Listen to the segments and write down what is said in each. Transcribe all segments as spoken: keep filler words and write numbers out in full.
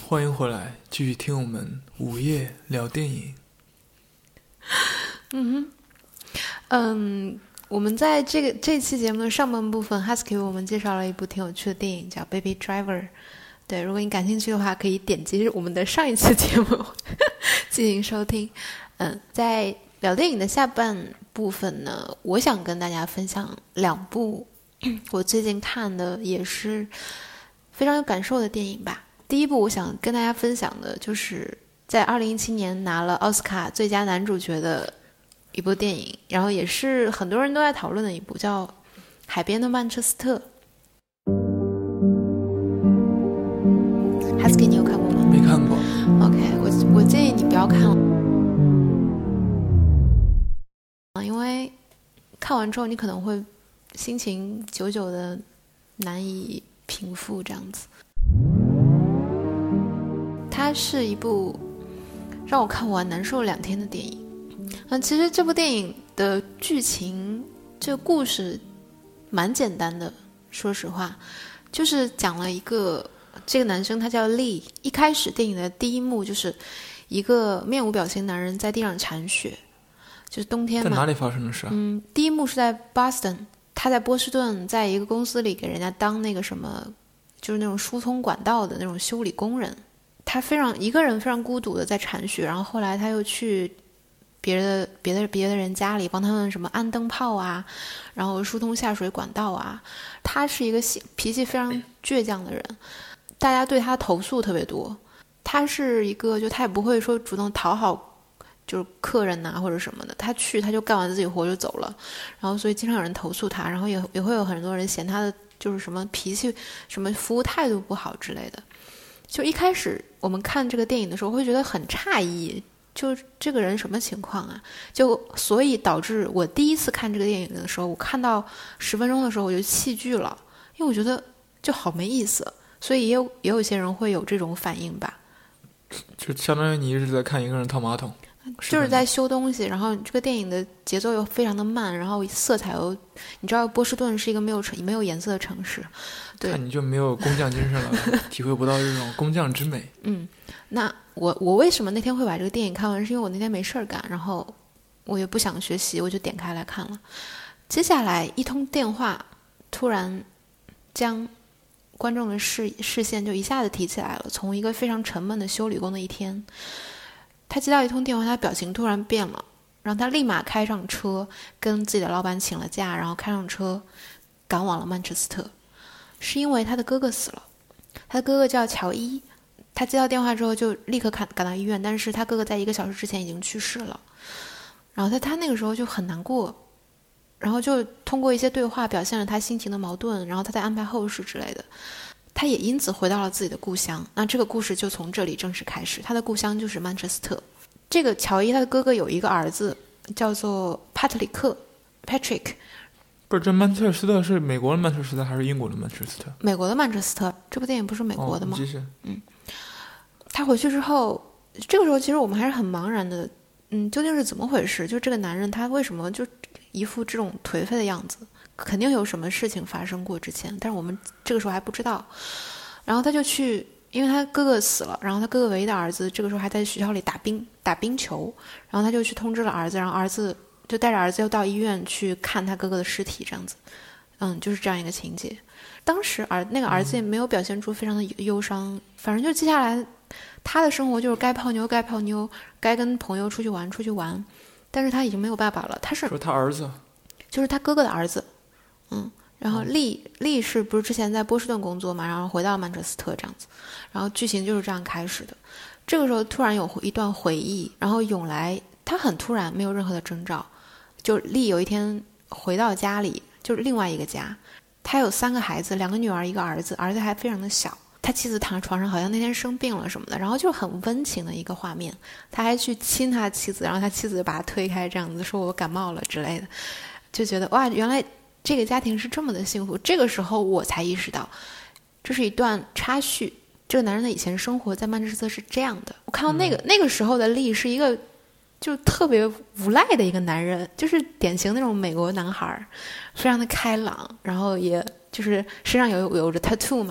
欢迎回来，继续听我们午夜聊电影。 嗯哼，嗯，我们在这个这期节目的上半部分 ，Husky 为我们介绍了一部挺有趣的电影，叫《Baby Driver》。对，如果你感兴趣的话，可以点击我们的上一期节目进行收听。嗯，在聊电影的下半部分呢，我想跟大家分享两部我最近看的也是非常有感受的电影吧。第一部我想跟大家分享的就是在二零一七年拿了奥斯卡最佳男主角的一部电影，然后也是很多人都在讨论的一部，叫《海边的曼彻斯特》。Husky 你有看过吗？ 没看过。 OK， 我我建议你不要看了，因为看完之后你可能会心情久久的难以平复这样子。它是一部让我看完难受两天的电影。嗯，其实这部电影的剧情这个故事蛮简单的，说实话，就是讲了一个这个男生他叫 Lee， 一开始电影的第一幕就是一个面无表情男人在地上铲雪，就是冬天嘛。 在哪里发生的事啊？ 嗯，第一幕是在 Boston， 他在波士顿在一个公司里给人家当那个什么，就是那种疏通管道的那种修理工人。他非常一个人非常孤独的在铲雪，然后后来他又去别的别的别的人家里帮他们什么安灯泡啊，然后疏通下水管道啊。他是一个脾气非常倔强的人，大家对他投诉特别多。他是一个就他也不会说主动讨好就是客人呐、啊、或者什么的，他去他就干完自己活就走了，然后所以经常有人投诉他，然后也也会有很多人嫌他的就是什么脾气什么服务态度不好之类的。就一开始我们看这个电影的时候会觉得很诧异，就这个人什么情况啊？就所以导致我第一次看这个电影的时候，我看到十分钟的时候我就弃剧了，因为我觉得就好没意思，所以也有也有些人会有这种反应吧。 就相当于你一直在看一个人套马桶， 就是在修东西，然后这个电影的节奏又非常的慢，然后色彩又，你知道波士顿是一个没有没有颜色的城市，对， 看你就没有工匠精神了，体会不到这种工匠之美。 嗯，那我我为什么那天会把这个电影看完，是因为我那天没事儿干，然后我也不想学习，我就点开来看了。接下来一通电话突然将观众的视视线就一下子提起来了，从一个非常沉闷的修理工的一天，他接到一通电话，他表情突然变了，然后他立马开上车，跟自己的老板请了假，然后开上车赶往了曼彻斯特。是因为他的哥哥死了，他的哥哥叫乔伊，他接到电话之后就立刻赶赶到医院，但是他哥哥在一个小时之前已经去世了。然后他他那个时候就很难过，然后就通过一些对话表现了他心情的矛盾，然后他在安排后事之类的。他也因此回到了自己的故乡，那这个故事就从这里正式开始。他的故乡就是曼彻斯特。这个乔伊他的哥哥有一个儿子叫做帕特里克 Patrick。 不是，这曼彻斯特是美国的曼彻斯特还是英国的曼彻斯特？ 美国的曼彻斯特，这部电影不是美国的吗？ 哦，继续。 嗯，他回去之后，这个时候其实我们还是很茫然的，嗯，究竟是怎么回事？就这个男人他为什么就一副这种颓废的样子？肯定有什么事情发生过之前，但是我们这个时候还不知道。然后他就去，因为他哥哥死了，然后他哥哥唯一的儿子这个时候还在学校里打冰打冰球，然后他就去通知了儿子，然后儿子就带着儿子又到医院去看他哥哥的尸体，这样子。嗯，就是这样一个情节。当时儿那个儿子也没有表现出非常的忧伤，反正就接下来他的生活就是该泡妞该泡妞，该跟朋友出去玩出去玩，但是他已经没有爸爸了。他是说他儿子， 就是他哥哥的儿子。嗯，然后利利是不是之前在波士顿工作嘛，然后回到曼彻斯特这样子，然后剧情就是这样开始的。这个时候突然有一段回忆，然后涌来，他很突然，没有任何的征兆。就利有一天回到家里，就是另外一个家，他有三个孩子，两个女儿一个儿子，儿子还非常的小，他妻子躺在床上好像那天生病了什么的，然后就很温情的一个画面，他还去亲他妻子，然后他妻子就把他推开这样子，说我感冒了之类的，就觉得哇，原来这个家庭是这么的幸福。这个时候我才意识到这是一段插叙，这个男人的以前生活在曼彻斯特是这样的。我看到那个、嗯、那个时候的利是一个就特别无赖的一个男人，就是典型那种美国男孩，非常的开朗，然后也就是身上有有着 tattoo 嘛，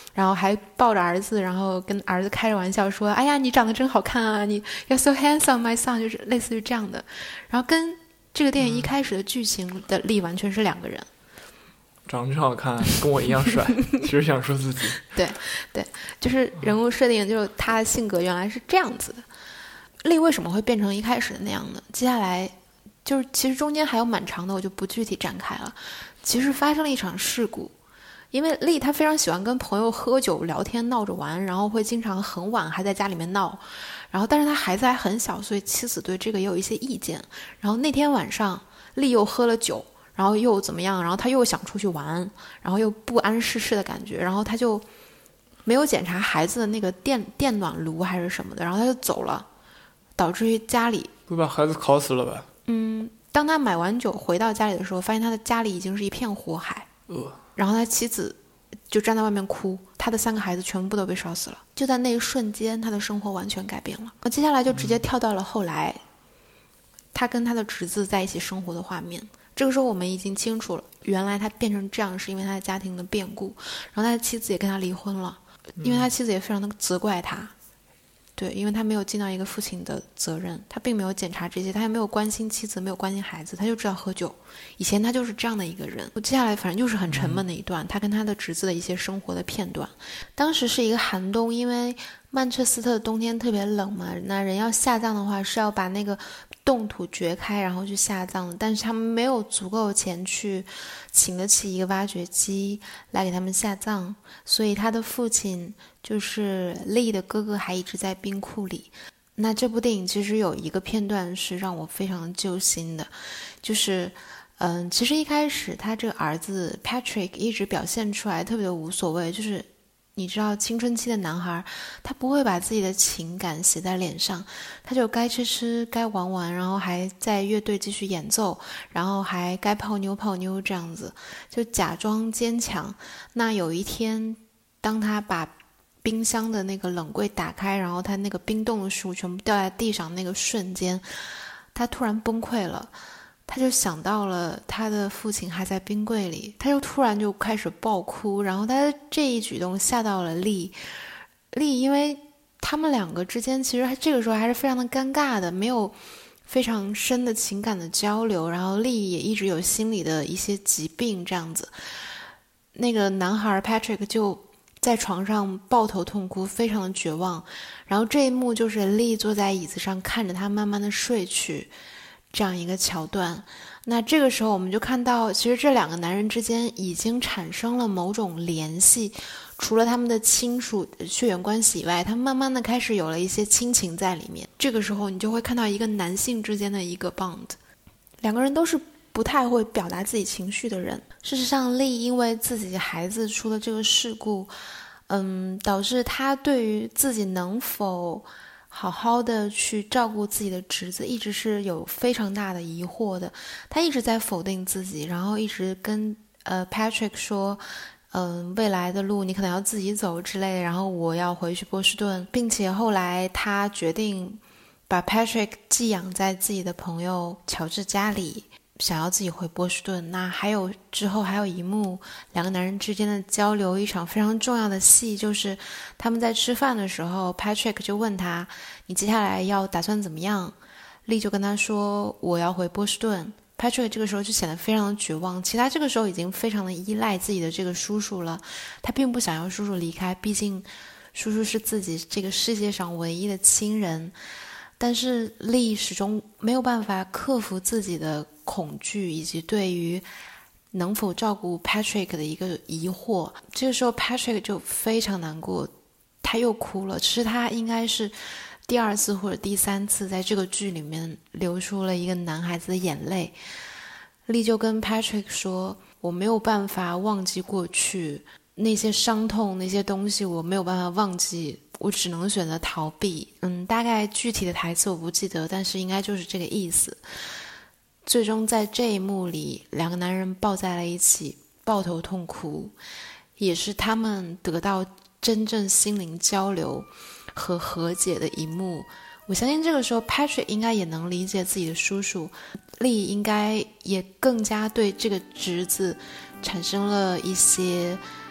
然后还抱着儿子，然后跟儿子开着玩笑说：“哎呀，你长得真好看啊，你 You're so handsome, my son。”就是类似于这样的。然后跟这个电影一开始的剧情的力完全是两个人。 长得真好看，跟我一样帅。其实想说自己。 对对，就是人物设定，就是他的性格原来是这样子的。丽为什么会变成一开始的那样呢？接下来就是其实中间还有蛮长的，我就不具体展开了。其实发生了一场事故。因为丽她非常喜欢跟朋友喝酒聊天闹着玩，然后会经常很晚还在家里面闹，然后但是他孩子还很小，所以妻子对这个也有一些意见。然后那天晚上丽又喝了酒，然后又怎么样，然后他又想出去玩，然后又不谙世事的感觉，然后他就没有检查孩子的那个电电暖炉还是什么的，然后他就走了，导致于家里会把孩子烤死了吧？ 嗯，当他买完酒回到家里的时候，发现他的家里已经是一片火海。 呃然后他妻子就站在外面哭，他的三个孩子全部都被烧死了。就在那一瞬间，他的生活完全改变了。那接下来就直接跳到了后来，他跟他的侄子在一起生活的画面。这个时候我们已经清楚了，原来他变成这样是因为他的家庭的变故，然后他的妻子也跟他离婚了，因为他妻子也非常的责怪他。对，因为他没有尽到一个父亲的责任，他并没有检查这些，他也没有关心妻子，没有关心孩子，他就知道喝酒。以前他就是这样的一个人。接下来反正就是很沉闷的一段，他跟他的侄子的一些生活的片段。当时是一个寒冬，因为曼彻斯特的冬天特别冷嘛，那人要下葬的话是要把那个冻土掘开然后去下葬，但是他们没有足够钱去请得起一个挖掘机来给他们下葬，所以他的父亲就是丽的哥哥还一直在冰库里。那这部电影其实有一个片段是让我非常揪心的，就是嗯，其实一开始他这个儿子 Patrick 一直表现出来特别的无所谓，就是你知道青春期的男孩他不会把自己的情感写在脸上，他就该吃吃该玩玩，然后还在乐队继续演奏，然后还该泡妞泡妞，这样子就假装坚强。那有一天当他把冰箱的那个冷柜打开，然后他那个冰冻的食物全部掉在地上，那个瞬间他突然崩溃了，他就想到了他的父亲还在冰柜里，他就突然就开始爆哭，然后他这一举动吓到了丽丽，因为他们两个之间其实这个时候还是非常的尴尬的，没有非常深的情感的交流，然后丽也一直有心理的一些疾病这样子。那个男孩 Patrick 就在床上抱头痛哭，非常的绝望，然后这一幕就是丽坐在椅子上看着他慢慢的睡去这样一个桥段。那这个时候我们就看到其实这两个男人之间已经产生了某种联系，除了他们的亲属血缘关系以外，他们慢慢的开始有了一些亲情在里面。这个时候你就会看到一个男性之间的一个 bond， 两个人都是不太会表达自己情绪的人。事实上丽因为自己孩子出了这个事故，嗯，导致他对于自己能否好好的去照顾自己的侄子一直是有非常大的疑惑的。他一直在否定自己，然后一直跟呃 Patrick 说嗯、呃，未来的路你可能要自己走之类的，然后我要回去波士顿，并且后来他决定把 Patrick 寄养在自己的朋友乔治家里，想要自己回波士顿。那还有之后还有一幕两个男人之间的交流，一场非常重要的戏，就是他们在吃饭的时候 Patrick 就问他你接下来要打算怎么样，丽就跟他说我要回波士顿。 Patrick 这个时候就显得非常的绝望，其实他这个时候已经非常的依赖自己的这个叔叔了，他并不想要叔叔离开，毕竟叔叔是自己这个世界上唯一的亲人。但是丽始终没有办法克服自己的恐惧以及对于能否照顾 Patrick 的一个疑惑。这个时候 Patrick 就非常难过，他又哭了，其实他应该是第二次或者第三次在这个剧里面流出了一个男孩子的眼泪。丽就跟 Patrick 说我没有办法忘记过去那些伤痛，那些东西我没有办法忘记，我只能选择逃避。嗯，大概具体的台词我不记得，但是应该就是这个意思。最终在这一幕里两个男人抱在了一起抱头痛哭，也是他们得到真正心灵交流和和解的一幕。我相信这个时候 Patrick 应该也能理解自己的叔叔，丽应该也更加对这个侄子产生了一些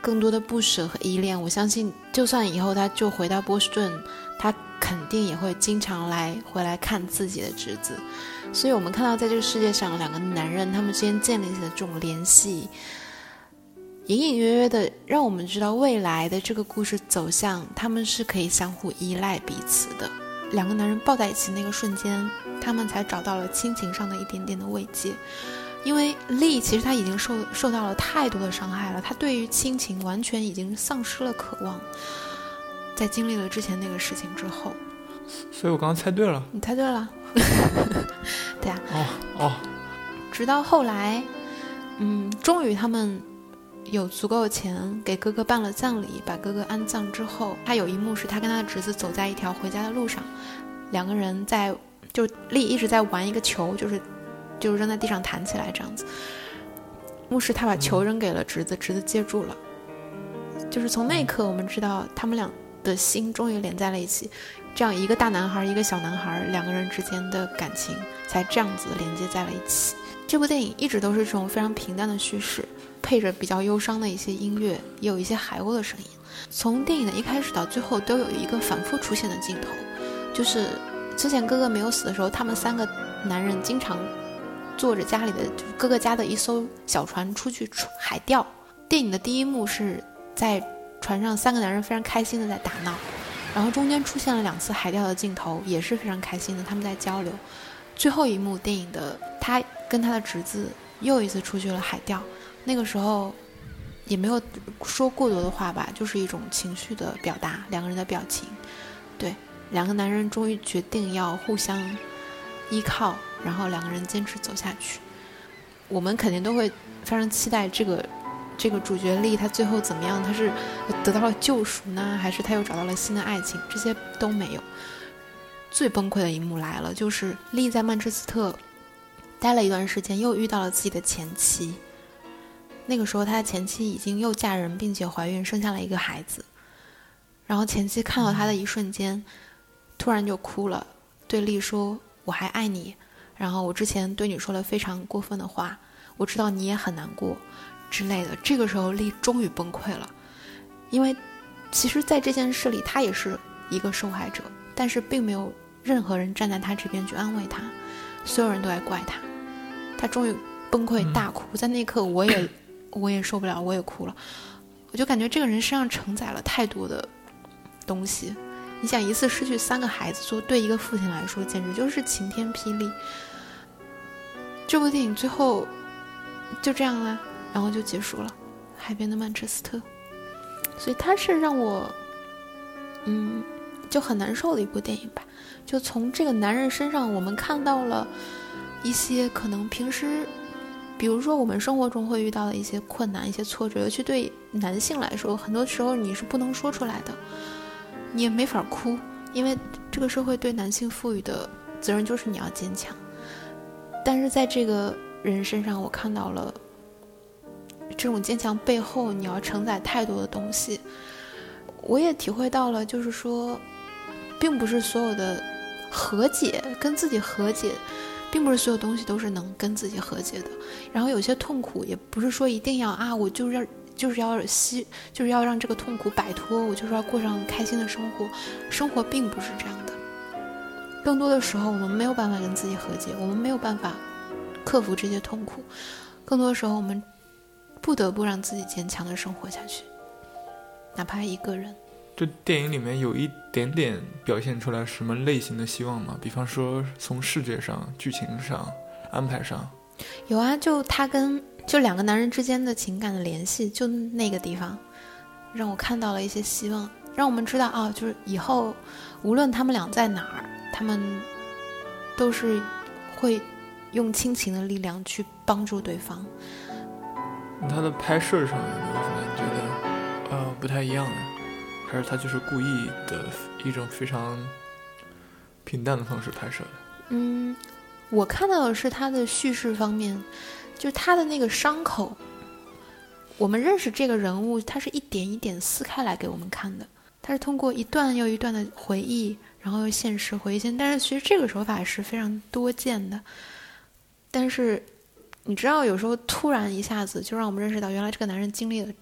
更多的不舍和依恋。我相信就算以后他就回到波士顿，他肯定也会经常来回来看自己的侄子。所以我们看到在这个世界上两个男人他们之间建立起的这种联系，隐隐约约的让我们知道未来的这个故事走向，他们是可以相互依赖彼此的。两个男人抱在一起那个瞬间，他们才找到了亲情上的一点点的慰藉。因为丽其实他已经受受到了太多的伤害了，他对于亲情完全已经丧失了渴望，在经历了之前那个事情之后。 所以我刚刚猜对了。 你猜对了。对啊。 哦哦。 直到后来嗯，终于他们有足够的钱给哥哥办了葬礼，把哥哥安葬之后，他有一幕是他跟他的侄子走在一条回家的路上，两个人在就丽一直在玩一个球，就是就扔在地上弹起来这样子。牧师他把球扔给了侄子，侄子接住了。就是从那一刻我们知道他们俩的心终于连在了一起，这样一个大男孩一个小男孩，两个人之间的感情才这样子连接在了一起。这部电影一直都是这种非常平淡的叙事，配着比较忧伤的一些音乐，也有一些海鸥的声音。从电影的一开始到最后都有一个反复出现的镜头，就是之前哥哥没有死的时候，他们三个男人经常坐着家里的哥哥家的一艘小船出去海钓。电影的第一幕是在船上三个男人非常开心的在打闹，然后中间出现了两次海钓的镜头，也是非常开心的，他们在交流。最后一幕电影的他跟他的侄子又一次出去了海钓，那个时候也没有说过多的话吧，就是一种情绪的表达，两个人的表情。对，两个男人终于决定要互相依靠，然后两个人坚持走下去。我们肯定都会非常期待这个这个主角丽他最后怎么样，他是得到了救赎呢，还是他又找到了新的爱情，这些都没有。最崩溃的一幕来了，就是丽在曼彻斯特待了一段时间，又遇到了自己的前妻。那个时候他的前妻已经又嫁人并且怀孕，生下了一个孩子。然后前妻看到他的一瞬间突然就哭了，对丽说我还爱你，然后我之前对你说了非常过分的话，我知道你也很难过之类的。这个时候丽终于崩溃了，因为其实在这件事里他也是一个受害者，但是并没有任何人站在他这边去安慰他，所有人都在怪他。他终于崩溃大哭，在那一刻我也我也受不了，我也哭了。我就感觉这个人身上承载了太多的东西。你想一次失去三个孩子，说对一个父亲来说简直就是晴天霹雳。这部电影最后就这样了，然后就结束了，海边的曼彻斯特。所以它是让我嗯就很难受的一部电影吧。就从这个男人身上我们看到了一些可能平时比如说我们生活中会遇到的一些困难，一些挫折，尤其对男性来说，很多时候你是不能说出来的，你也没法哭，因为这个社会对男性赋予的责任就是你要坚强。但是在这个人身上我看到了这种坚强背后你要承载太多的东西。我也体会到了，就是说并不是所有的和解跟自己和解，并不是所有东西都是能跟自己和解的。然后有些痛苦也不是说一定要啊，我就是要就是要吸就是要让这个痛苦摆脱，我就是要过上开心的生活。生活并不是这样的，更多的时候我们没有办法跟自己和解，我们没有办法克服这些痛苦，更多的时候我们不得不让自己坚强的生活下去，哪怕一个人。 这电影里面有一点点表现出来什么类型的希望吗？比方说从视觉上、剧情上、安排上。 有啊，就他跟就两个男人之间的情感的联系，就那个地方让我看到了一些希望，让我们知道啊，就是以后无论他们俩在哪儿，他们都是会用亲情的力量去帮助对方。 他的拍摄上有没有什么你觉得呃不太一样的？还是他就是故意的一种非常平淡的方式拍摄的？ 嗯，我看到的是他的叙事方面，就是他的那个伤口，我们认识这个人物，他是一点一点撕开来给我们看的，他是通过一段又一段的回忆，然后又现实回忆现，但是其实这个手法是非常多见的。但是你知道有时候突然一下子就让我们认识到，原来这个男人经历了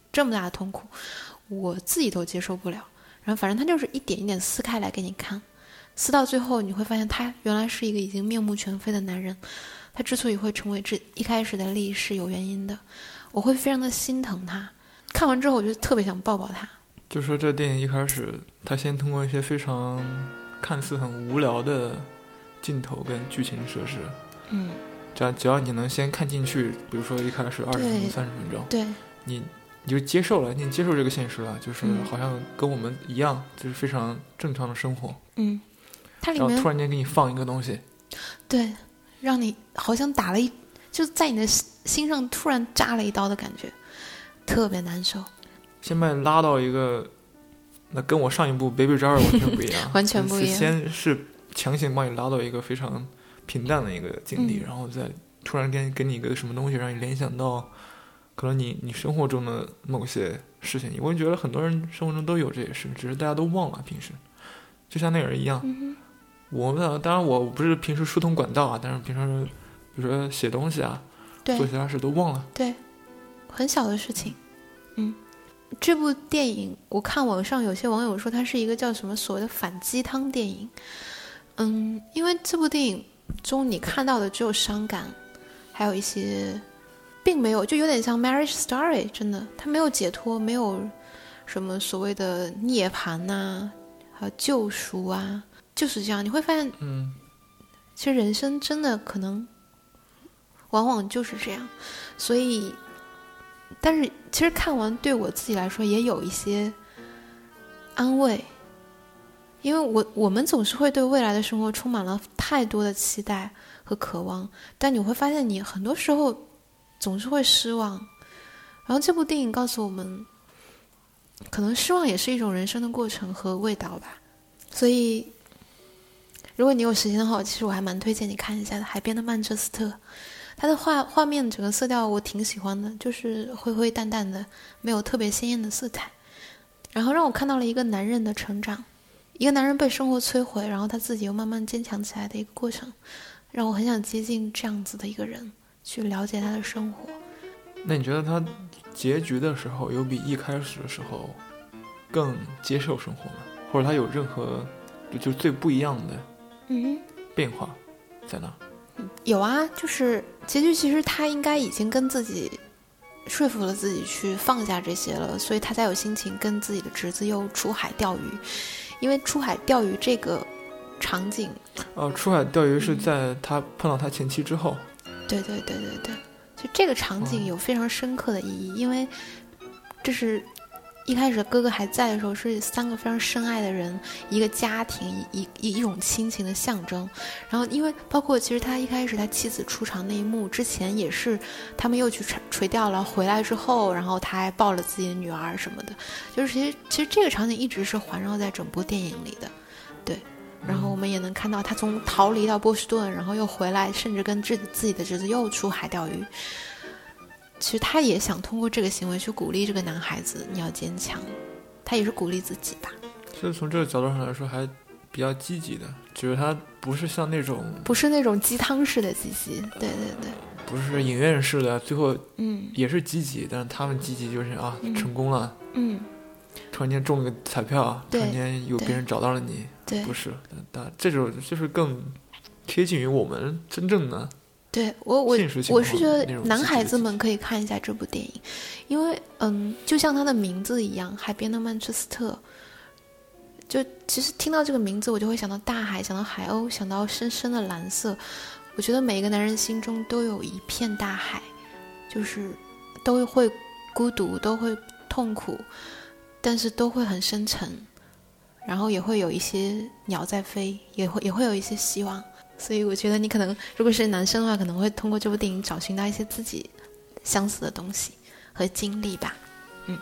这么大的痛苦，我自己都接受不了。然后反正他就是一点一点撕开来给你看，撕到最后你会发现他原来是一个已经面目全非的男人。他之所以会成为这一开始的力是有原因的，我会非常的心疼他。看完之后我就特别想抱抱他。 就说这电影一开始他先通过一些非常看似很无聊的镜头跟剧情设置， 嗯， 这样只要你能先看进去，比如说一开始二十分钟三十分钟， 对， 你你就接受了，你接受这个现实了，就是嗯好像跟我们一样，就是非常正常的生活。 嗯，它里然后面突然间给你放一个东西， 对，让你好像打了一，就在你的心上突然扎了一刀的感觉，特别难受。 先把你拉到一个，那跟我上一部《Baby Driver》完全不一样， 完全不一样。 先是强行把你拉到一个非常平淡的一个境地， 嗯、 然后再突然间给你一个什么东西，让你联想到可能你你生活中的某些事情。我觉得很多人生活中都有这些事，只是大家都忘了。平时就像那个人一样， 嗯、 我们当然我不是平时疏通管道啊，但是平时比如说写东西啊，做其他事都忘了。 对，很小的事情。嗯，这部电影我看网上有些网友说它是一个叫什么所谓的反鸡汤电影。嗯，因为这部电影中你看到的只有伤感，还有一些并没有，就有点像 Marriage Story， 真的它没有解脱，没有什么所谓的涅槃呐、啊，还有救赎啊，就是这样。你会发现， 嗯， 其实人生真的可能往往就是这样。所以但是其实看完对我自己来说也有一些安慰，因为我我们总是会对未来的生活充满了太多的期待和渴望，但你会发现你很多时候总是会失望。然后这部电影告诉我们，可能失望也是一种人生的过程和味道吧。所以如果你有时间的话，其实我还蛮推荐你看一下的《海边的曼彻斯特》。它的画画面整个色调我挺喜欢的，就是灰灰淡淡的，没有特别鲜艳的色彩，然后让我看到了一个男人的成长，一个男人被生活摧毁，然后他自己又慢慢坚强起来的一个过程，让我很想接近这样子的一个人，去了解他的生活。 那你觉得他结局的时候有比一开始的时候更接受生活吗？或者他有任何就最不一样的变化在哪？ 有啊，就是结局其实他应该已经跟自己说服了自己去放下这些了，所以他才有心情跟自己的侄子又出海钓鱼。因为出海钓鱼这个场景， 哦，出海钓鱼是在他碰到他前妻之后。 对对对对对，就这个场景有非常深刻的意义，因为这是一开始哥哥还在的时候，是三个非常深爱的人，一个家庭，一一一种亲情的象征。然后因为包括其实他一开始他妻子出场那一幕之前，也是他们又去垂垂钓了，回来之后，然后他还抱了自己的女儿什么的，就是其实其实这个场景一直是环绕在整部电影里的。对，然后我们也能看到他从逃离到波士顿，然后又回来，甚至跟自自己的侄子又出海钓鱼。其实他也想通过这个行为去鼓励这个男孩子，你要坚强，他也是鼓励自己吧。 其实从这个角度上来说还比较积极的，只是他不是像那种不是那种鸡汤式的积极，对对对， 不是影院式的，最后嗯也是积极，但是他们积极就是啊、嗯、成功了， 嗯， 突然间中了个彩票，突然间有别人找到了你， 对， 不是，但这种就是更贴近于我们真正的。 对，我我我是觉得男孩子们可以看一下这部电影，因为嗯，就像它的名字一样，海边的曼彻斯特，就其实听到这个名字，我就会想到大海，想到海鸥，想到深深的蓝色。我觉得每一个男人心中都有一片大海，就是都会孤独，都会痛苦，但是都会很深沉，然后也会有一些鸟在飞，也会也会有一些希望。所以我觉得你可能如果是男生的话，可能会通过这部电影找寻到一些自己相似的东西和经历吧。嗯，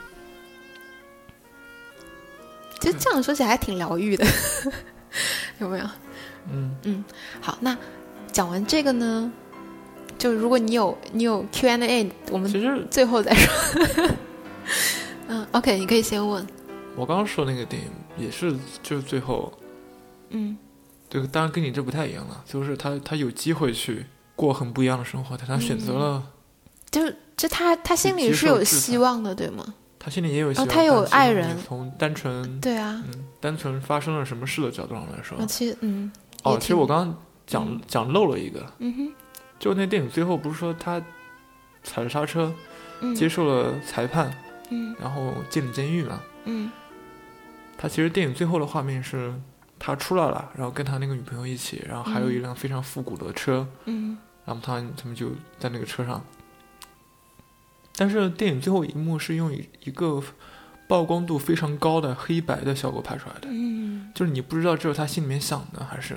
其实这样说起来还挺疗愈的，有没有？ 嗯嗯，好，那讲完这个呢，就如果你有你有 Q and A， 我们其实最后再说。嗯 ，OK， 你可以先问。 我刚刚说那个电影也是，就是最后， 嗯。 对，当然跟你这不太一样了，就是他他有机会去过很不一样的生活，但他选择了、 嗯，就是这他他心里是有希望的，对吗？ 他心里也有希望， 哦，他有爱人。 从单纯对啊， 嗯，单纯发生了什么事的角度上来说， 其实嗯， 哦，其实我刚刚讲、嗯、讲漏了一个， 嗯哼， 就那电影最后不是说他踩着刹车， 嗯、 接受了裁判， 嗯， 然后进了监狱嘛， 嗯， 他其实电影最后的画面是他出来了，然后跟他那个女朋友一起，然后还有一辆非常复古的车， 嗯， 然后他他们就在那个车上。但是电影最后一幕是用一个曝光度非常高的黑白的效果拍出来的， 嗯， 就是你不知道这是他心里面想的还是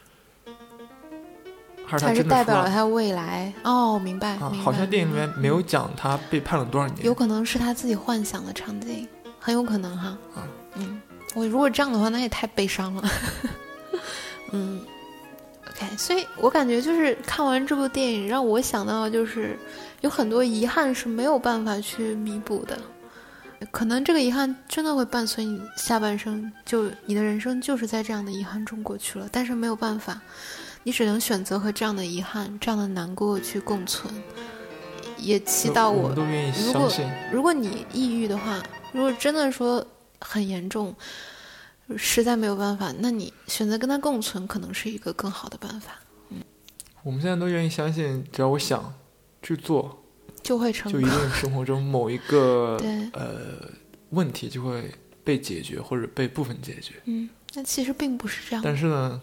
还是他还是真的代表了他未来。哦，明白， 啊， 明白好像电影里面没有讲他被判了多少年， 有可能是他自己幻想的场景，很有可能哈。 啊， 嗯，我如果这样的话，那也太悲伤了。嗯 ，OK， 所以我感觉就是看完这部电影，让我想到就是有很多遗憾是没有办法去弥补的，可能这个遗憾真的会伴随你下半生，就你的人生就是在这样的遗憾中过去了，但是没有办法，你只能选择和这样的遗憾、这样的难过去共存。也祈祷我， 我们都愿意如果相信， 如果你抑郁的话，如果真的说很严重，实在没有办法，那你选择跟他共存，可能是一个更好的办法。嗯， 我们现在都愿意相信，只要我想去做， 就会成功， 就一定生活中某一个对呃问题就会被解决或者被部分解决。 嗯，那其实并不是这样。 但是呢，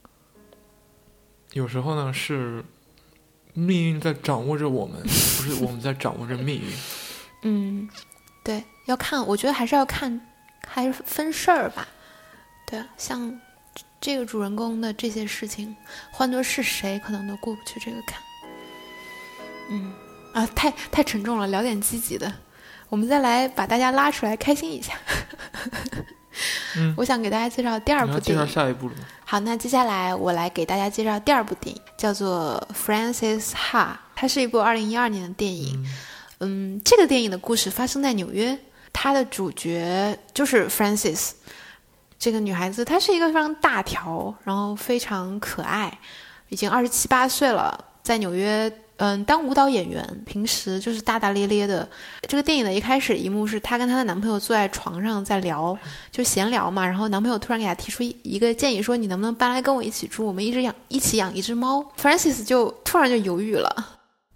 有时候呢是命运在掌握着我们，不是我们在掌握着命运。 嗯，对，要看，我觉得还是要看，还是分事儿吧。对啊，像这个主人公的这些事情，换作是谁，可能都过不去这个坎。嗯，啊，太太沉重了，聊点积极的。我们再来把大家拉出来，开心一下。 嗯， 我想给大家介绍第二部电影。 你要介绍下一部了吗？ 好，那接下来我来给大家介绍第二部电影，叫做 Frances Ha， 它是一部二零一二年的电影。嗯, 嗯，这个电影的故事发生在纽约，它的主角就是 Frances。这个女孩子她是一个非常大条，然后非常可爱，已经二十七八岁了，在纽约嗯当舞蹈演员，平时就是大大咧咧的。这个电影的一开始一幕是她跟她的男朋友坐在床上在聊，就闲聊嘛，然后男朋友突然给她提出一个建议，说你能不能搬来跟我一起住，我们一直养一起养一只猫。 Frances 就突然就犹豫了，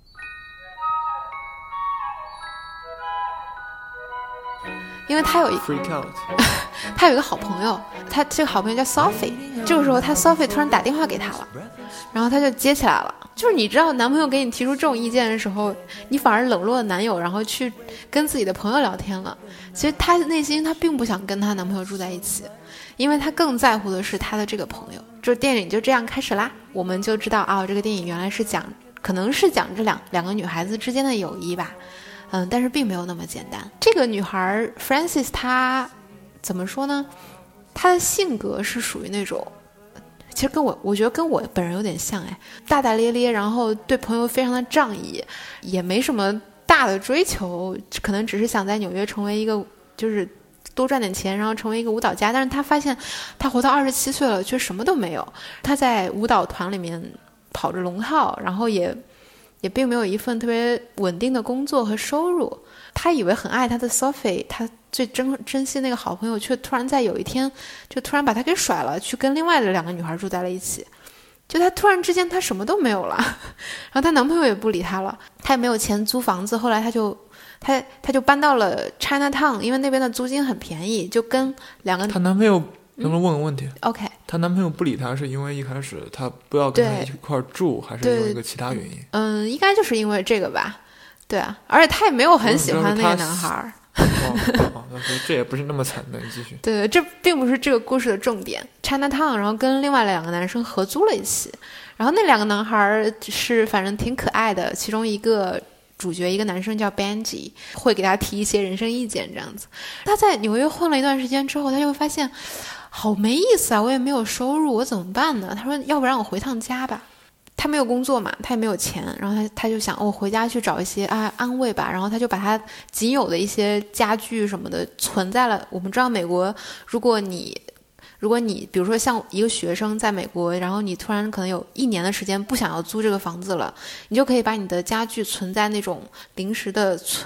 因为她有一 freak out 他有一个好朋友，他这个好朋友叫 Sophie。这个时候他 Sophie 突然打电话给他了，然后他就接起来了。就是你知道男朋友给你提出这种意见的时候，你反而冷落了男友，然后去跟自己的朋友聊天了。其实他内心他并不想跟他男朋友住在一起，因为他更在乎的是他的这个朋友。就电影就这样开始啦，我们就知道啊，这个电影原来是讲，可能是讲这两两个女孩子之间的友谊吧。嗯，但是并没有那么简单。这个女孩 Frances 她怎么说呢？她的性格是属于那种，其实跟我，我觉得跟我本人有点像哎，大大咧咧，然后对朋友非常的仗义，也没什么大的追求，可能只是想在纽约成为一个，就是多赚点钱，然后成为一个舞蹈家。但是她发现，她活到二十七岁了，却什么都没有。她在舞蹈团里面跑着龙套，然后也也并没有一份特别稳定的工作和收入。她以为很爱她的 Sophie， 她最珍珍惜那个好朋友，却突然在有一天就突然把她给甩了，去跟另外的两个女孩住在了一起。就她突然之间她什么都没有了，然后她男朋友也不理她了，她也没有钱租房子。后来她就她她就搬到了 Chinatown， 因为那边的租金很便宜，就跟两个她男朋友能不能问个问题、 嗯、OK， 她男朋友不理她是因为一开始她不要跟她一块住，还是因为一个其他原因？ 嗯，应该就是因为这个吧。对啊，而且她也没有很喜欢那个男孩。 哦，这也不是那么惨的，你继续。 对，这并不是这个故事的重点。Chinatown， 然后跟另外两个男生合租了一起，然后那两个男孩是反正挺可爱的，其中一个主角一个男生叫 Benji， 会给他提一些人生意见这样子。他在纽约混了一段时间之后，他就会发现好没意思啊，我也没有收入，我怎么办呢？他说要不然我回趟家吧。他没有工作嘛，他也没有钱，然后他他就想，我、哦、回家去找一些啊安慰吧。然后他就把他仅有的一些家具什么的存在了。我们知道美国，如果你如果你比如说像一个学生在美国，然后你突然可能有一年的时间不想要租这个房子了，你就可以把你的家具存在那种临时的存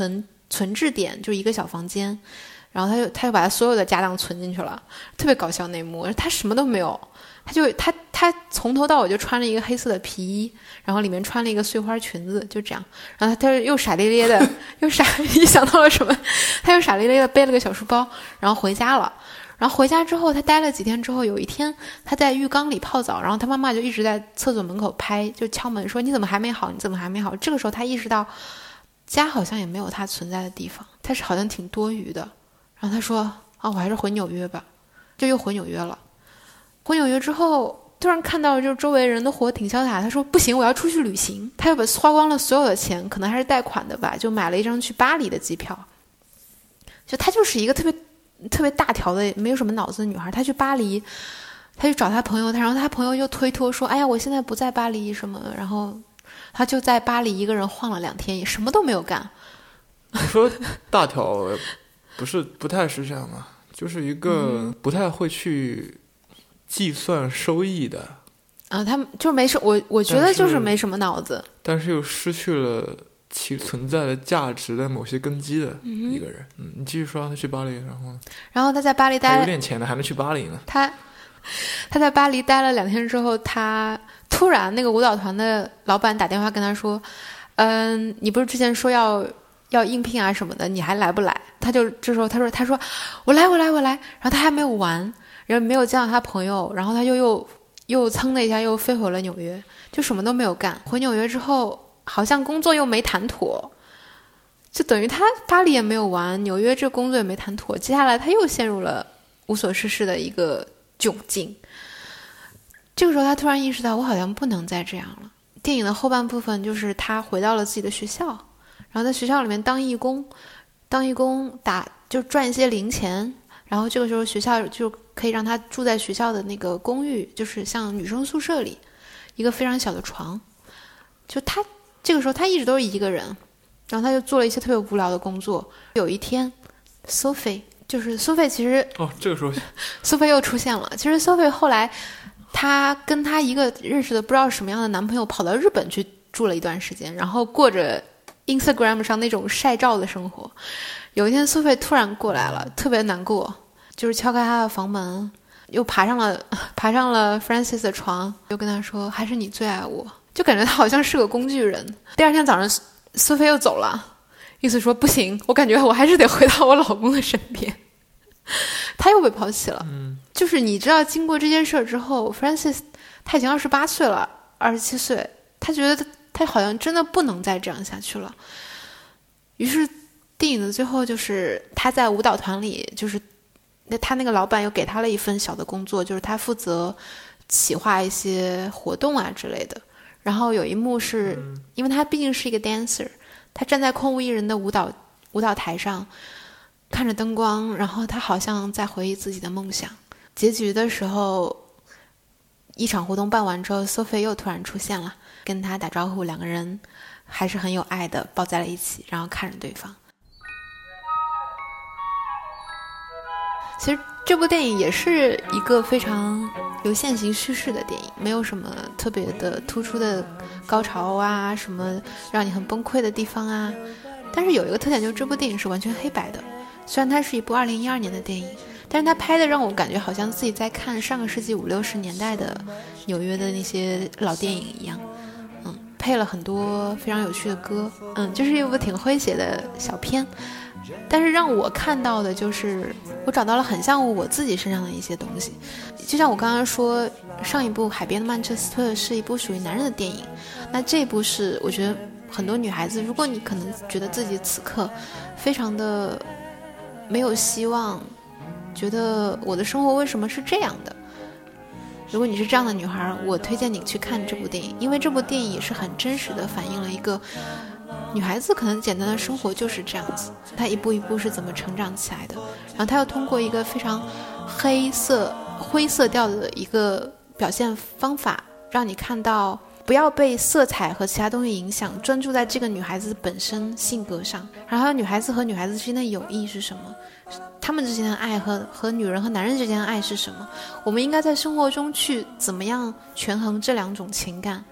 存置点，就是一个小房间，然后他就他就把他所有的家当存进去了，特别搞笑那一幕。他什么都没有，他就他他从头到尾就穿了一个黑色的皮衣，然后里面穿了一个碎花裙子，就这样。然后他又傻咧咧的，又傻，一想到了什么，他又傻咧咧的背了个小书包，然后回家了。然后回家之后，他待了几天之后，有一天他在浴缸里泡澡，然后他妈妈就一直在厕所门口拍，就敲门说：“你怎么还没好？你怎么还没好？”这个时候他意识到，家好像也没有他存在的地方，他是好像挺多余的。然后他说：“啊，我还是回纽约吧。”就又回纽约了。回纽约之后，突然看到就是周围人都活得挺潇洒，他说：“不行，我要出去旅行。”他又把花光了所有的钱，可能还是贷款的吧，就买了一张去巴黎的机票。就他就是一个特别。特别大条的没有什么脑子的女孩，她去巴黎，她去找她朋友，然后她朋友又推脱说：“哎呀，我现在不在巴黎什么。”然后她就在巴黎一个人晃了两天，也什么都没有干。 你说大条不是不太是这样吗？就是一个不太会去计算收益的。 啊，他们就是没什我我觉得就是没什么脑子， 但是又失去了其存在的价值的某些根基的一个人。嗯, 嗯，你继续说，他去巴黎，然后呢？ 然后他在巴黎待了， 有点钱的还能去巴黎呢。 他他在巴黎待了两天之后，他突然那个舞蹈团的老板打电话跟他说：“嗯，你不是之前说要要应聘啊什么的，你还来不来？”他就这时候他说他说我来我来我来，然后他还没有完，然后没有见到他朋友，然后他就又又噌的一下又飞回了纽约，就什么都没有干。回纽约之后。好像工作又没谈妥，就等于他巴黎也没有完，纽约这工作也没谈妥，接下来他又陷入了无所事事的一个窘境。这个时候他突然意识到，我好像不能再这样了。电影的后半部分就是他回到了自己的学校，然后在学校里面当义工，当义工打就赚一些零钱，然后这个时候学校就可以让他住在学校的那个公寓，就是像女生宿舍里，一个非常小的床，就他。这个时候他一直都是一个人，然后他就做了一些特别无聊的工作。有一天 Sophie 就是 Sophie 其实哦，这个时候 Sophie 又出现了。其实 Sophie 后来她跟她一个认识的不知道什么样的男朋友跑到日本去住了一段时间，然后过着 Instagram 上那种晒照的生活。有一天 Sophie 突然过来了，特别难过，就是敲开她的房门，又爬上了爬上了 Francis 的床，又跟他说还是你最爱我，就感觉他好像是个工具人。第二天早上苏菲又走了，意思说不行，我感觉我还是得回到我老公的身边。他又被抛弃了。 嗯， 就是你知道经过这件事之后 Francis 他已经二十八岁了，二十七岁，他觉得 他, 他好像真的不能再这样下去了。于是电影的最后就是他在舞蹈团里，就是那他那个老板又给他了一份小的工作，就是他负责企划一些活动啊之类的。然后有一幕是、嗯、因为他毕竟是一个 dancer， 他站在空无一人的舞蹈舞蹈台上，看着灯光，然后他好像在回忆自己的梦想。结局的时候，一场活动办完之后 Sophie 又突然出现了，跟他打招呼，两个人还是很有爱的抱在了一起，然后看着对方。其实这部电影也是一个非常有线性叙事的电影，没有什么特别的突出的高潮啊，什么让你很崩溃的地方啊。但是有一个特点，就是这部电影是完全黑白的。虽然它是一部二零一二年的电影，但是它拍的让我感觉好像自己在看上个世纪五六十年代的纽约的那些老电影一样。嗯，配了很多非常有趣的歌。嗯，就是一部挺诙谐的小片。但是让我看到的就是我找到了很像我自己身上的一些东西。就像我刚刚说，上一部海边的曼彻斯特是一部属于男人的电影，那这一部是我觉得很多女孩子，如果你可能觉得自己此刻非常的没有希望，觉得我的生活为什么是这样的，如果你是这样的女孩，我推荐你去看这部电影，因为这部电影也是很真实的反映了一个女孩子可能简单的生活就是这样子，她一步一步是怎么成长起来的，然后她又通过一个非常黑色灰色调的一个表现方法，让你看到不要被色彩和其他东西影响，专注在这个女孩子本身性格上。然后还有女孩子和女孩子之间的友谊是什么，她们之间的爱和和女人和男人之间的爱是什么，我们应该在生活中去怎么样权衡这两种情感。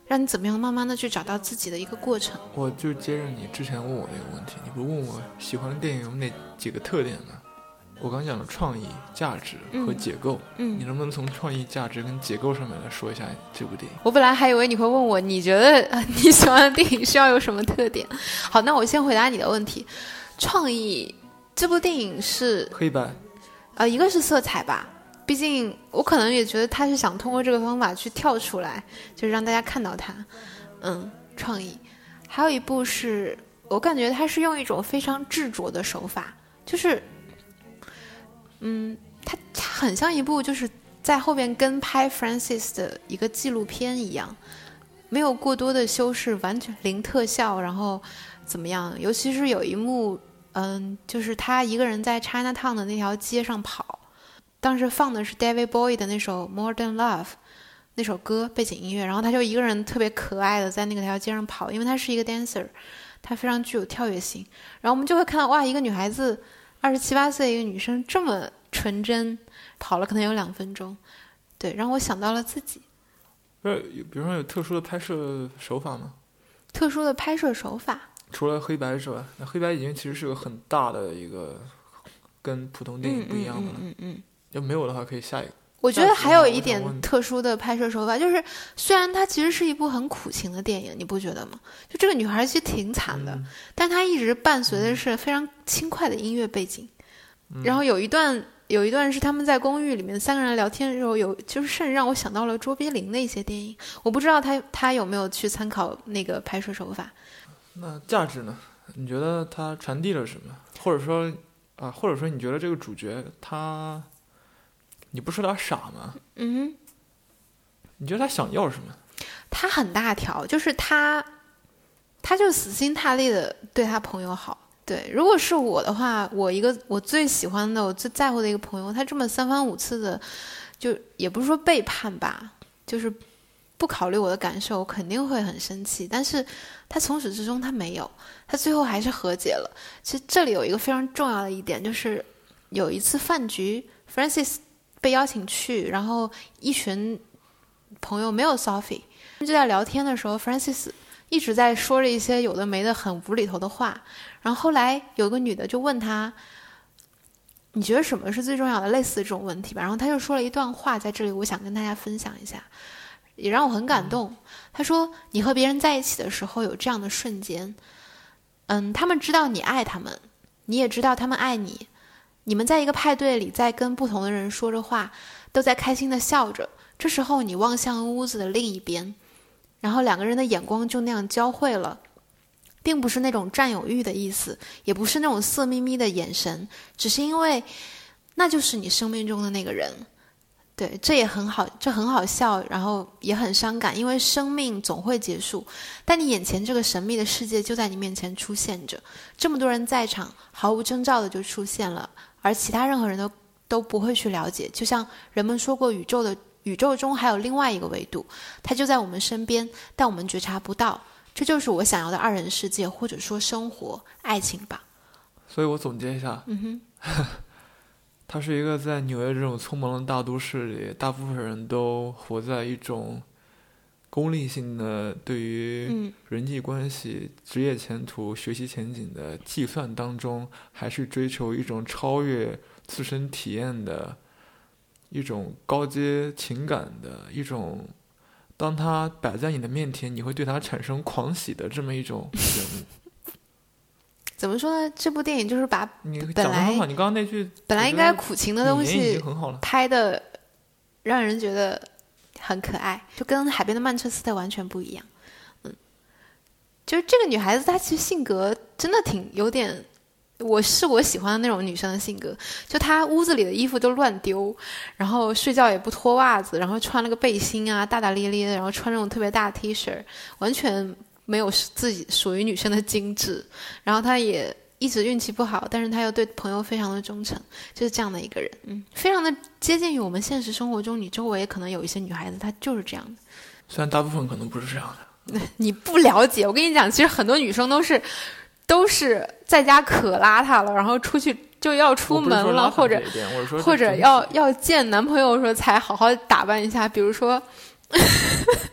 让你怎么样慢慢的去找到自己的一个过程。 我就接着你之前问我的一个问题，你不是问我喜欢的电影有哪几个特点吗？我刚讲了创意、价值和结构， 嗯， 你能不能从创意、价值跟结构上面来说一下这部电影？ 我本来还以为你会问我，你觉得、呃、你喜欢的电影需要有什么特点？好，那我先回答你的问题。创意，这部电影是黑白， 呃，一个是色彩吧，毕竟我可能也觉得他是想通过这个方法去跳出来，就是让大家看到他，嗯，创意。还有一部是我感觉他是用一种非常执着的手法，就是。嗯，它很像一部就是在后边跟拍 Francis 的一个纪录片一样，没有过多的修饰，完全零特效，然后怎么样？尤其是有一幕，嗯，就是他一个人在 Chinatown 的那条街上跑，当时放的是 David Bowie 的那首 Modern Love 那首歌背景音乐，然后他就一个人特别可爱的在那个条街上跑，因为他是一个 dancer， 他非常具有跳跃性，然后我们就会看到哇，一个女孩子。二十七八岁一个女生这么纯真，跑了可能有两分钟，对，让我想到了自己。 呃，比如说有特殊的拍摄手法吗？ 特殊的拍摄手法， 除了黑白之外，那黑白已经其实是个很大的一个跟普通电影不一样的了。 嗯嗯嗯嗯。 要没有的话，可以下一个。 我觉得还有一点特殊的拍摄手法，就是虽然它其实是一部很苦情的电影，你不觉得吗？就这个女孩其实挺惨的， 嗯、 但她一直伴随的是非常轻快的音乐背景。嗯、然后有一段有一段是他们在公寓里面三个人聊天的时候，有就是甚至让我想到了卓别林的一些电影。我不知道他他有没有去参考那个拍摄手法。 那价值呢？你觉得他传递了什么？或者说啊，或者说你觉得这个主角他？你不说他傻吗？ 嗯， 你觉得他想要什么？ 他很大条，就是他，他就死心塌地的对他朋友好。对，如果是我的话，我一个我最喜欢的、我最在乎的一个朋友，他这么三番五次的，就也不是说背叛吧，就是不考虑我的感受，我肯定会很生气。但是他从始至终他没有，他最后还是和解了。其实这里有一个非常重要的一点，就是有一次饭局 ，Francis。被邀请去，然后一群朋友没有 Sophie， 就在聊天的时候 Francis 一直在说着一些有的没的很无厘头的话，然后后来有个女的就问他你觉得什么是最重要的，类似这种问题吧，然后他就说了一段话，在这里我想跟大家分享一下，也让我很感动。他说你和别人在一起的时候有这样的瞬间，嗯，他们知道你爱他们，你也知道他们爱你，你们在一个派对里，在跟不同的人说着话，都在开心的笑着。这时候你望向屋子的另一边，然后两个人的眼光就那样交汇了，并不是那种占有欲的意思，也不是那种色眯眯的眼神，只是因为那就是你生命中的那个人。对，这也很好，这很好笑，然后也很伤感，因为生命总会结束，但你眼前这个神秘的世界就在你面前出现着，这么多人在场，毫无征兆的就出现了，而其他任何人都都不会去了解。就像人们说过，宇宙的宇宙中还有另外一个维度，它就在我们身边，但我们觉察不到。这就是我想要的二人世界，或者说生活、爱情吧。 所以我总结一下， 嗯哼。 它是一个在纽约这种匆忙的大都市里，大部分人都活在一种功利性的对于人际关系、嗯、职业前途、学习前景的计算当中，还是追求一种超越自身体验的一种高阶情感的一种，当它摆在你的面前，你会对它产生狂喜的这么一种人物。 怎么说呢？这部电影就是把你本来你刚刚那句本来应该苦情的东西拍的让人觉得很可爱，就跟海边的曼彻斯特完全不一样。嗯，就是这个女孩子她其实性格真的挺有点，我是我喜欢的那种女生的性格，就她屋子里的衣服都乱丢，然后睡觉也不脱袜子，然后穿了个背心啊，大大咧咧的，然后穿那种特别大的 T 恤，完全没有自己属于女生的精致，然后她也一直运气不好，但是她又对朋友非常的忠诚，就是这样的一个人。嗯，非常的接近于我们现实生活中你周围可能有一些女孩子她就是这样的， 虽然大部分可能不是这样的。 你不了解，我跟你讲，其实很多女生都是都是在家可邋遢了，然后出去就要出门了，或者或者要要见男朋友的时候才好好打扮一下，比如说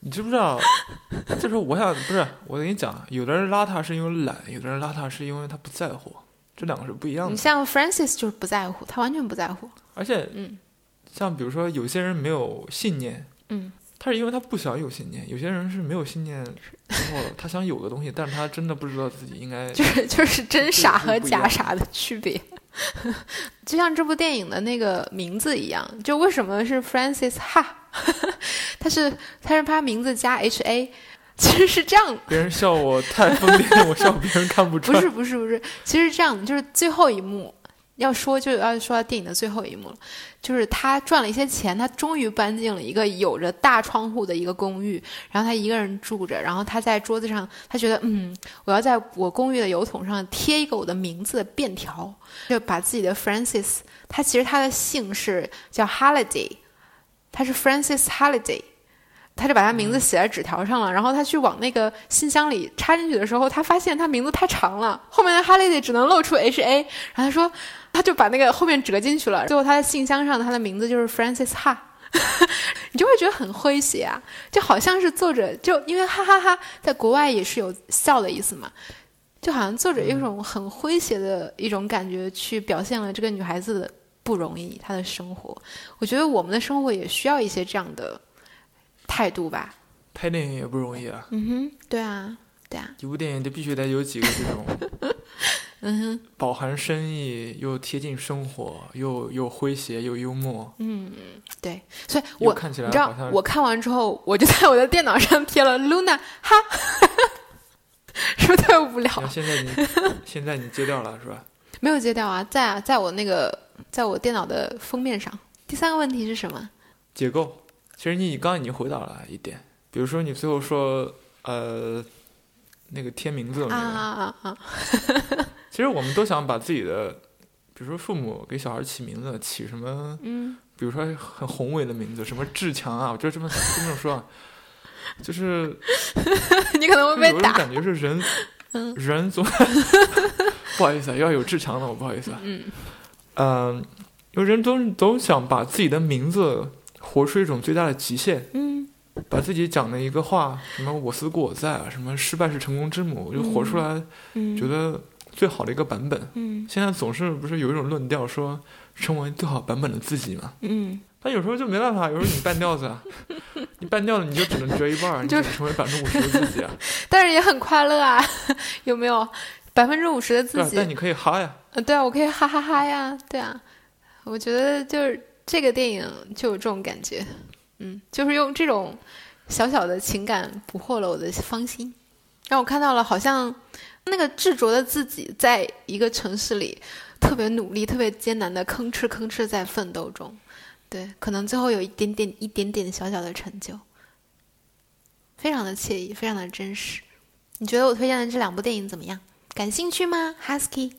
你知不知道？就是我想不是我跟你讲，有的人邋遢是因为懒，有的人邋遢是因为他不在乎，这两个是不一样的。 你像 Francis 就是不在乎，他完全不在乎。 而且， 嗯， 像比如说有些人没有信念， 嗯， 他是因为他不想有信念；有些人是没有信念之后，他想有个东西，但是他真的不知道自己应该就是就是真傻和假傻的区别。就像这部电影的那个名字一样，就为什么是 Francis Ha 他是他是他名字加 H A， 其实是这样， 别人笑我太疯癫，我笑别人看不出来。 不是不是不是，其实是这样，就是最后一幕要说就要说到电影的最后一幕了，就是他赚了一些钱，他终于搬进了一个有着大窗户的一个公寓，然后他一个人住着，然后他在桌子上，他觉得嗯，我要在我公寓的邮筒上贴一个我的名字的便条，就把自己的 Francis， 他其实他的姓是叫 Halliday， 他是 Francis Halliday， 他就把他名字写在纸条上了，然后他去往那个信箱里插进去的时候，他发现他名字太长了，后面的 Halliday 只能露出 H A， 然后他说他就把那个后面折进去了，最后他的信箱上他的名字就是 Francis Ha 你就会觉得很诙谐啊，就好像是作者就因为哈哈哈在国外也是有笑的意思嘛，就好像作者一种很诙谐的一种感觉去表现了这个女孩子的不容易，她的生活。我觉得我们的生活也需要一些这样的态度吧。 拍电影也不容易啊。 嗯哼，对啊对啊， 一部电影就必须得有几个这种嗯哼， 饱含深意又贴近生活又又诙谐又幽默。 嗯，对，所以我看起来你知道我看完之后我就在我的电脑上贴了 Luna 哈是不是特别无聊？ 现在你现在你揭掉了是吧？ 没有揭掉啊，在啊，在我那个在我电脑的封面上。第三个问题是什么？ 结构。其实你刚刚已经回答了一点，比如说你最后说呃那个贴名字的那个啊啊啊！ 其实我们都想把自己的，比如说父母给小孩起名字，起什么， 嗯， 比如说很宏伟的名字，什么志强啊，我就这么这么说啊，就是你可能会被打。 有一种感觉是人， 嗯、 人总不好意思啊，要有志强的，我不好意思啊， 嗯嗯、呃，有人都都想把自己的名字活出一种最大的极限， 嗯， 把自己讲的一个话，什么我思故我在啊，什么失败是成功之母，就活出来， 嗯， 觉得最好的一个版本。 嗯， 现在总是不是有一种论调说成为最好版本的自己嘛？ 嗯， 但有时候就没办法，有时候你半吊子啊，你半吊子你就只能折一半，你就成为百分之五十的自己啊。 但是也很快乐啊，有没有？百分之五十的自己。 对，但你可以哈呀。 呃，对啊，我可以哈哈哈呀，对啊，我觉得就是这个电影就有这种感觉，嗯，就是用这种小小的情感捕获了我的芳心，让我看到了好像那个执着的自己在一个城市里特别努力特别艰难的吭哧吭哧在奋斗中，对，可能最后有一点点一点点小小的成就，非常的惬意，非常的真实。你觉得我推荐的这两部电影怎么样？感兴趣吗 Husky？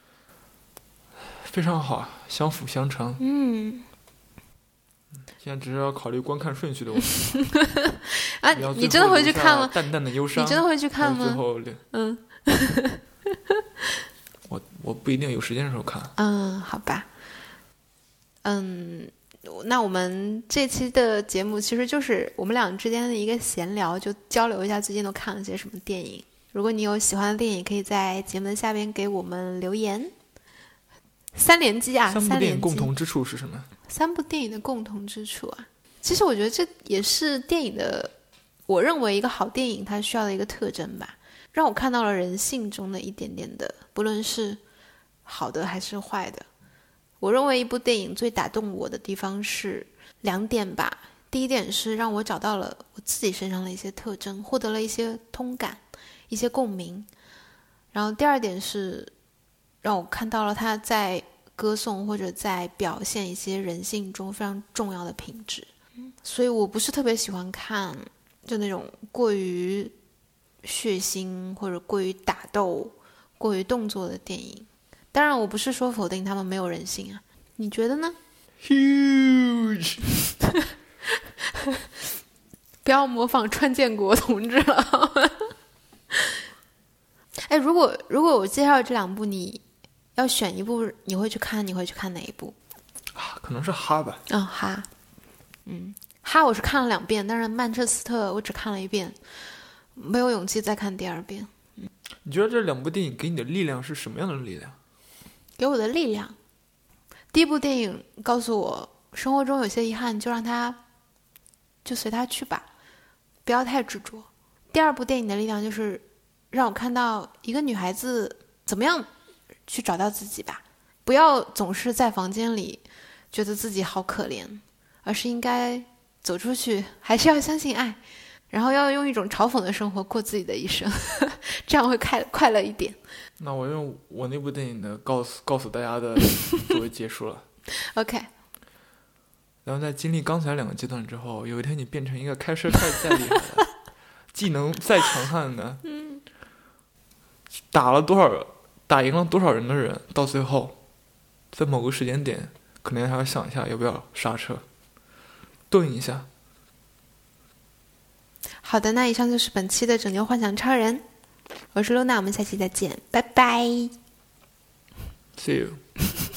非常好，相辅相成。 嗯， 现在只是要考虑观看顺序的问题啊，你真的会去看吗？ 淡淡的忧伤， 你真的会去看吗？ 最后， 嗯， 我我不一定有时间的时候看。 嗯，好吧。嗯，那我们这期的节目其实就是我们俩之间的一个闲聊，就交流一下最近都看了些什么电影。如果你有喜欢的电影，可以在节目的下边给我们留言。三连击啊！ 三部电影共同之处是什么？ 三部电影的共同之处啊，其实我觉得这也是电影的，我认为一个好电影它需要的一个特征吧，让我看到了人性中的一点点的，不论是好的还是坏的。我认为一部电影最打动我的地方是两点吧。第一点是让我找到了我自己身上的一些特征，获得了一些通感，一些共鸣。然后第二点是让我看到了他在歌颂或者在表现一些人性中非常重要的品质。所以我不是特别喜欢看就那种过于血腥或者过于打斗过于动作的电影。当然我不是说否定他们没有人性啊，你觉得呢？ Huge 不要模仿川建国同志了哎，如果如果我介绍这两部，你要选一部你会去看，你会去看哪一部啊？可能是哈吧。 哦，哈，嗯， 哈我是看了两遍，但是曼彻斯特我只看了一遍，没有勇气再看第二遍。 嗯，你觉得这两部电影给你的力量是什么样的力量？ 给我的力量，第一部电影告诉我，生活中有些遗憾就让它就随它去吧，不要太执着。第二部电影的力量就是让我看到一个女孩子怎么样去找到自己吧，不要总是在房间里觉得自己好可怜，而是应该走出去，还是要相信爱，然后要用一种嘲讽的生活过自己的一生，这样会快快乐一点。 那我用我那部电影的告诉告诉大家的作为结束了。 OK。 然后在经历刚才两个阶段之后，有一天你变成一个开车开得再厉害的，技能再强悍的，嗯，打了多少打赢了多少人的人，到最后在某个时间点可能还要想一下要不要刹车，顿一下。 好的，那以上就是本期的拯救幻想超人，我是露娜，我们下期再见，拜拜 See you